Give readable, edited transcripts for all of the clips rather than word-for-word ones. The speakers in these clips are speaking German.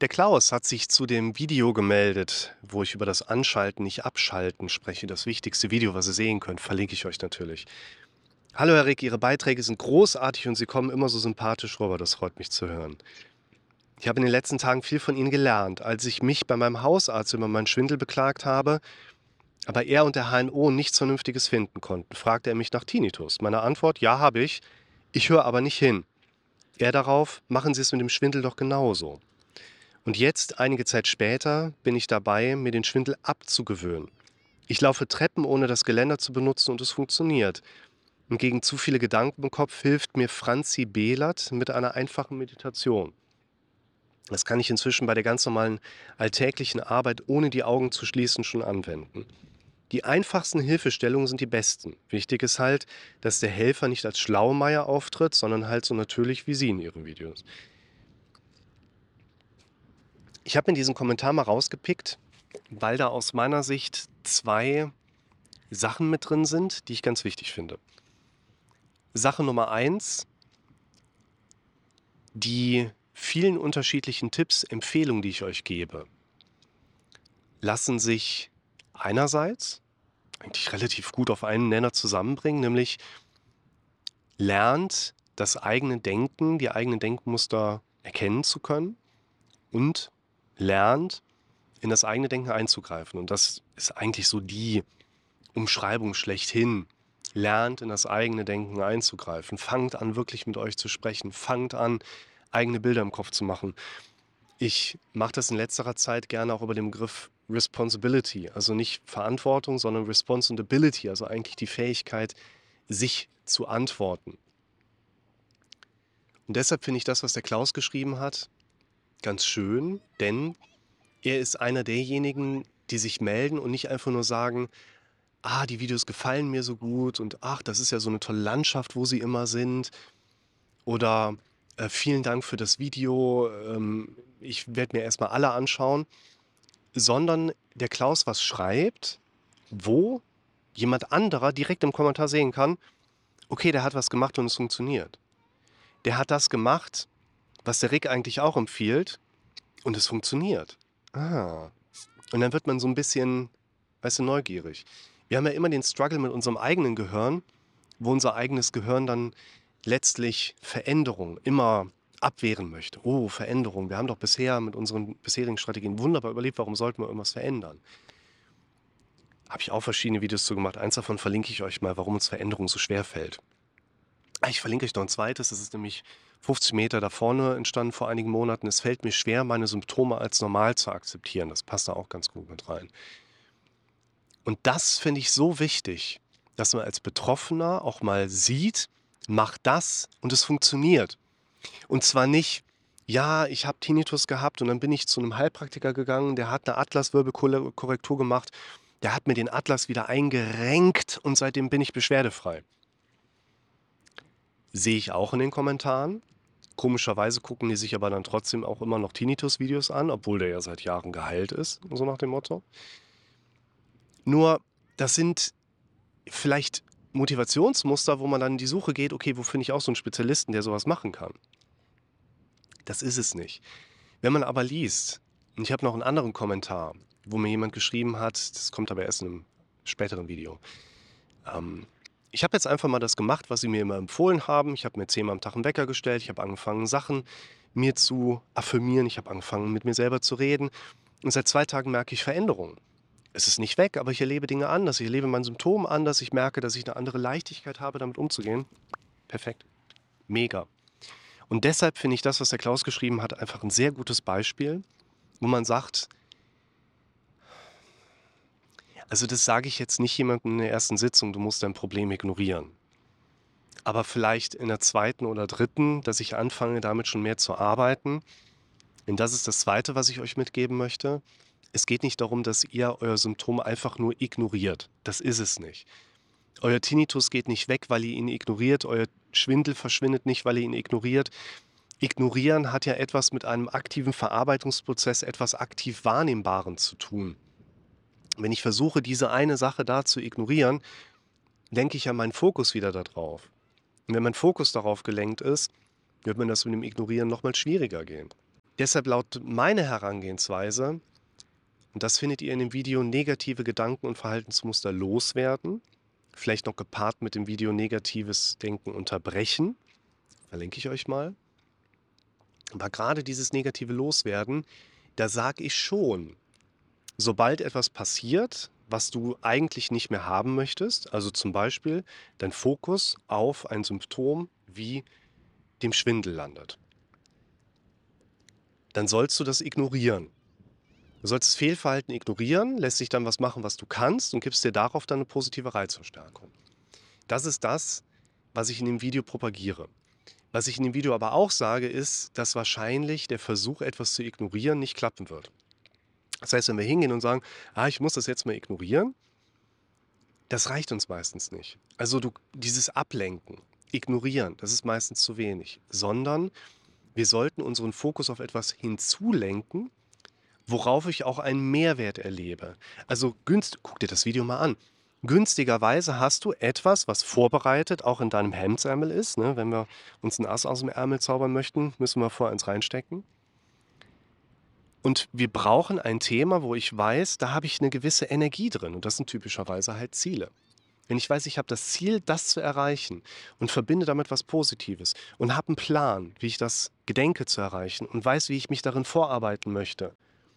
Der Klaus hat sich zu dem Video gemeldet, wo ich über das Anschalten, nicht Abschalten spreche. Das wichtigste Video, was ihr sehen könnt, verlinke ich euch natürlich. Hallo Herr Rick, Ihre Beiträge sind großartig und Sie kommen immer so sympathisch rüber. Das freut mich zu hören. Ich habe in den letzten Tagen viel von Ihnen gelernt. Als ich mich bei meinem Hausarzt über meinen Schwindel beklagt habe, aber er und der HNO nichts Vernünftiges finden konnten, fragte er mich nach Tinnitus. Meine Antwort, ja, habe ich. Ich höre aber nicht hin. Er darauf, machen Sie es mit dem Schwindel doch genauso. Und jetzt, einige Zeit später, bin ich dabei, mir den Schwindel abzugewöhnen. Ich laufe Treppen, ohne das Geländer zu benutzen, und es funktioniert. Und gegen zu viele Gedanken im Kopf hilft mir Franzi Behlert mit einer einfachen Meditation. Das kann ich inzwischen bei der ganz normalen alltäglichen Arbeit, ohne die Augen zu schließen, schon anwenden. Die einfachsten Hilfestellungen sind die besten. Wichtig ist halt, dass der Helfer nicht als Schlaumeier auftritt, sondern halt so natürlich wie Sie in Ihren Videos. Ich habe mir diesen Kommentar mal rausgepickt, weil da aus meiner Sicht 2 Sachen mit drin sind, die ich ganz wichtig finde. Sache Nummer 1, die vielen unterschiedlichen Tipps, Empfehlungen, die ich euch gebe, lassen sich einerseits eigentlich relativ gut auf einen Nenner zusammenbringen, nämlich lernt das eigene Denken, die eigenen Denkmuster erkennen zu können und lernt, in das eigene Denken einzugreifen. Und das ist eigentlich so die Umschreibung schlechthin. Lernt, in das eigene Denken einzugreifen. Fangt an, wirklich mit euch zu sprechen. Fangt an, eigene Bilder im Kopf zu machen. Ich mache das in letzterer Zeit gerne auch über den Begriff Responsibility. Also nicht Verantwortung, sondern Responsibility, also eigentlich die Fähigkeit, sich zu antworten. Und deshalb finde ich das, was der Klaus geschrieben hat, ganz schön, denn er ist einer derjenigen, die sich melden und nicht einfach nur sagen, die Videos gefallen mir so gut und ach, das ist ja so eine tolle Landschaft, wo sie immer sind. Oder vielen Dank für das Video, ich werde mir erstmal alle anschauen. Sondern der Klaus was schreibt, wo jemand anderer direkt im Kommentar sehen kann, okay, der hat was gemacht und es funktioniert. Der hat das gemacht, was der Rick eigentlich auch empfiehlt und es funktioniert. Und dann wird man so ein bisschen, weißt du, neugierig. Wir haben ja immer den Struggle mit unserem eigenen Gehirn, wo unser eigenes Gehirn dann letztlich Veränderung immer abwehren möchte. Oh, Veränderung. Wir haben doch bisher mit unseren bisherigen Strategien wunderbar überlebt. Warum sollten wir irgendwas verändern? Habe ich auch verschiedene Videos zu gemacht. Eins davon verlinke ich euch mal, warum uns Veränderung so schwer fällt. Ich verlinke euch noch ein zweites. Das ist nämlich 50 Meter da vorne entstanden vor einigen Monaten. Es fällt mir schwer, meine Symptome als normal zu akzeptieren. Das passt da auch ganz gut mit rein. Und das finde ich so wichtig, dass man als Betroffener auch mal sieht, macht das und es funktioniert. Und zwar nicht, ja, ich habe Tinnitus gehabt und dann bin ich zu einem Heilpraktiker gegangen, der hat eine Atlaswirbelkorrektur gemacht, der hat mir den Atlas wieder eingerenkt und seitdem bin ich beschwerdefrei. Sehe ich auch in den Kommentaren. Komischerweise gucken die sich aber dann trotzdem auch immer noch Tinnitus-Videos an, obwohl der ja seit Jahren geheilt ist, so nach dem Motto. Nur, das sind vielleicht Motivationsmuster, wo man dann in die Suche geht, okay, wo finde ich auch so einen Spezialisten, der sowas machen kann? Das ist es nicht. Wenn man aber liest, und ich habe noch einen anderen Kommentar, wo mir jemand geschrieben hat, das kommt aber erst in einem späteren Video. Ich habe jetzt einfach mal das gemacht, was sie mir immer empfohlen haben. Ich habe mir 10-mal am Tag einen Wecker gestellt. Ich habe angefangen, Sachen mir zu affirmieren. Ich habe angefangen, mit mir selber zu reden. Und seit 2 Tagen merke ich Veränderungen. Es ist nicht weg, aber ich erlebe Dinge anders. Ich erlebe mein Symptom anders. Ich merke, dass ich eine andere Leichtigkeit habe, damit umzugehen. Perfekt. Mega. Und deshalb finde ich das, was der Klaus geschrieben hat, einfach ein sehr gutes Beispiel, wo man sagt, also das sage ich jetzt nicht jemandem in der ersten Sitzung, du musst dein Problem ignorieren. Aber vielleicht in der 2. oder 3., dass ich anfange, damit schon mehr zu arbeiten. Und das ist das Zweite, was ich euch mitgeben möchte. Es geht nicht darum, dass ihr euer Symptom einfach nur ignoriert. Das ist es nicht. Euer Tinnitus geht nicht weg, weil ihr ihn ignoriert. Euer Schwindel verschwindet nicht, weil ihr ihn ignoriert. Ignorieren hat ja etwas mit einem aktiven Verarbeitungsprozess, etwas aktiv Wahrnehmbaren zu tun. Wenn ich versuche, diese eine Sache da zu ignorieren, lenke ich ja meinen Fokus wieder darauf. Und wenn mein Fokus darauf gelenkt ist, wird mir das mit dem Ignorieren nochmal schwieriger gehen. Deshalb lautet meine Herangehensweise, und das findet ihr in dem Video, negative Gedanken und Verhaltensmuster loswerden, vielleicht noch gepaart mit dem Video negatives Denken unterbrechen, verlinke ich euch mal. Aber gerade dieses negative Loswerden, da sage ich schon, sobald etwas passiert, was du eigentlich nicht mehr haben möchtest, also zum Beispiel dein Fokus auf ein Symptom wie dem Schwindel landet, dann sollst du das ignorieren. Du sollst das Fehlverhalten ignorieren, lässt dich dann was machen, was du kannst und gibst dir darauf dann eine positive Reizverstärkung. Das ist das, was ich in dem Video propagiere. Was ich in dem Video aber auch sage, ist, dass wahrscheinlich der Versuch, etwas zu ignorieren, nicht klappen wird. Das heißt, wenn wir hingehen und sagen, ich muss das jetzt mal ignorieren, das reicht uns meistens nicht. Also dieses Ablenken, ignorieren, das ist meistens zu wenig, sondern wir sollten unseren Fokus auf etwas hinzulenken, worauf ich auch einen Mehrwert erlebe. Also guck dir das Video mal an. Günstigerweise hast du etwas, was vorbereitet auch in deinem Hemdsärmel ist. Ne? Wenn wir uns ein Ass aus dem Ärmel zaubern möchten, müssen wir vorher eins reinstecken. Und wir brauchen ein Thema, wo ich weiß, da habe ich eine gewisse Energie drin. Und das sind typischerweise halt Ziele. Wenn ich weiß, ich habe das Ziel, das zu erreichen und verbinde damit was Positives und habe einen Plan, wie ich das gedenke zu erreichen und weiß, wie ich mich darin vorarbeiten möchte,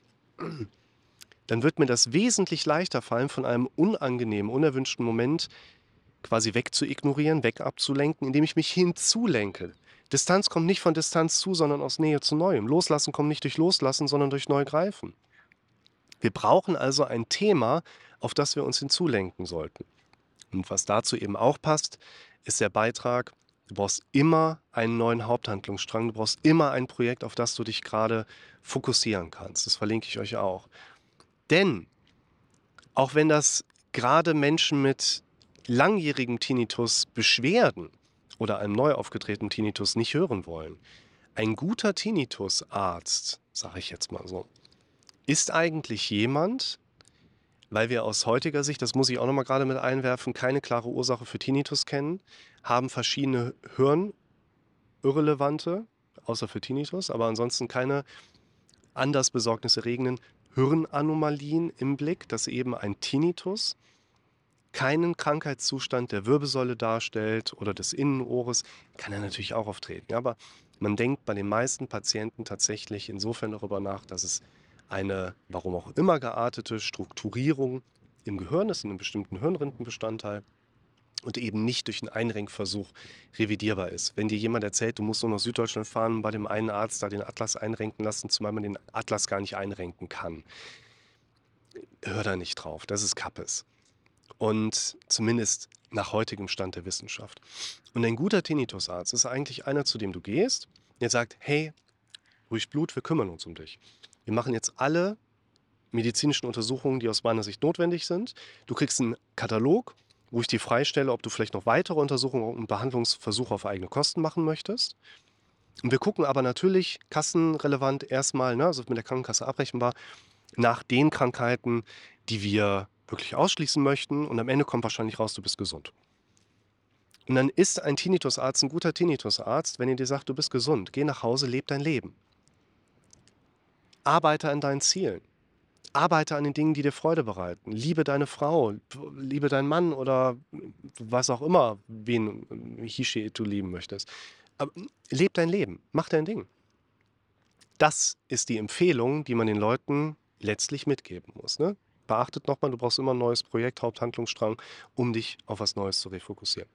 dann wird mir das wesentlich leichter fallen, von einem unangenehmen, unerwünschten Moment quasi wegzuignorieren, abzulenken, indem ich mich hinzulenke. Distanz kommt nicht von Distanz zu, sondern aus Nähe zu Neuem. Loslassen kommt nicht durch Loslassen, sondern durch Neugreifen. Wir brauchen also ein Thema, auf das wir uns hinzulenken sollten. Und was dazu eben auch passt, ist der Beitrag, du brauchst immer einen neuen Haupthandlungsstrang, du brauchst immer ein Projekt, auf das du dich gerade fokussieren kannst. Das verlinke ich euch auch. Denn auch wenn das gerade Menschen mit langjährigem Tinnitus Beschwerden oder einem neu aufgetretenen Tinnitus nicht hören wollen, ein guter Tinnitusarzt, sage ich jetzt mal so, ist eigentlich jemand, weil wir aus heutiger Sicht, das muss ich auch noch mal gerade mit einwerfen, keine klare Ursache für Tinnitus kennen, haben verschiedene hirnirrelevante, außer für Tinnitus, aber ansonsten keine anders besorgniserregenden Hirnanomalien im Blick, dass eben ein Tinnitus keinen Krankheitszustand der Wirbelsäule darstellt oder des Innenohres, kann er natürlich auch auftreten. Ja, aber man denkt bei den meisten Patienten tatsächlich insofern darüber nach, dass es eine, warum auch immer geartete Strukturierung im Gehirn ist, in einem bestimmten Hirnrindenbestandteil und eben nicht durch einen Einrenkversuch revidierbar ist. Wenn dir jemand erzählt, du musst nur nach Süddeutschland fahren und bei dem einen Arzt da den Atlas einrenken lassen, zumal man den Atlas gar nicht einrenken kann, hör da nicht drauf, das ist Kappes. Und zumindest nach heutigem Stand der Wissenschaft. Und ein guter Tinnitusarzt ist eigentlich einer, zu dem du gehst, der sagt, hey, ruhig Blut, wir kümmern uns um dich. Wir machen jetzt alle medizinischen Untersuchungen, die aus meiner Sicht notwendig sind. Du kriegst einen Katalog, wo ich dir freistelle, ob du vielleicht noch weitere Untersuchungen und Behandlungsversuche auf eigene Kosten machen möchtest. Und wir gucken aber natürlich kassenrelevant erstmal, also mit der Krankenkasse abrechenbar, nach den Krankheiten, die wir wirklich ausschließen möchten. Und am Ende kommt wahrscheinlich raus, du bist gesund. Und dann ist ein Tinnitusarzt ein guter Tinnitusarzt, wenn er dir sagt, du bist gesund, geh nach Hause, leb dein Leben. Arbeite an deinen Zielen. Arbeite an den Dingen, die dir Freude bereiten. Liebe deine Frau, liebe deinen Mann oder was auch immer, wen du lieben möchtest. Aber leb dein Leben, mach dein Ding. Das ist die Empfehlung, die man den Leuten letztlich mitgeben muss. Ne? Beachtet nochmal, du brauchst immer ein neues Projekt, Haupthandlungsstrang, um dich auf was Neues zu refokussieren.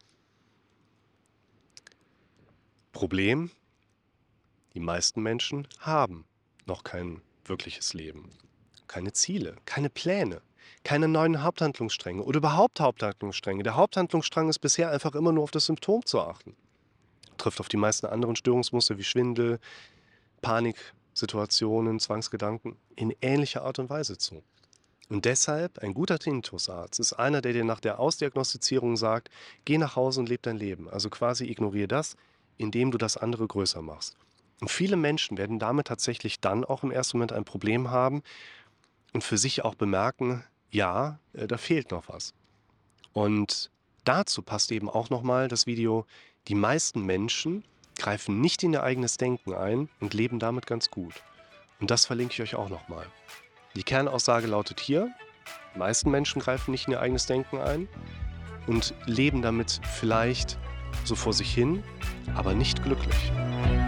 Problem, die meisten Menschen haben noch kein wirkliches Leben. Keine Ziele, keine Pläne, keine neuen Haupthandlungsstränge oder überhaupt Haupthandlungsstränge. Der Haupthandlungsstrang ist bisher einfach immer nur auf das Symptom zu achten. Trifft auf die meisten anderen Störungsmuster wie Schwindel, Paniksituationen, Zwangsgedanken in ähnlicher Art und Weise zu. Und deshalb, ein guter Tinnitusarzt ist einer, der dir nach der Ausdiagnostizierung sagt, geh nach Hause und leb dein Leben. Also quasi ignoriere das, indem du das andere größer machst. Und viele Menschen werden damit tatsächlich dann auch im ersten Moment ein Problem haben und für sich auch bemerken, ja, da fehlt noch was. Und dazu passt eben auch nochmal das Video, die meisten Menschen greifen nicht in ihr eigenes Denken ein und leben damit ganz gut. Und das verlinke ich euch auch nochmal. Die Kernaussage lautet hier: Die meisten Menschen greifen nicht in ihr eigenes Denken ein und leben damit vielleicht so vor sich hin, aber nicht glücklich.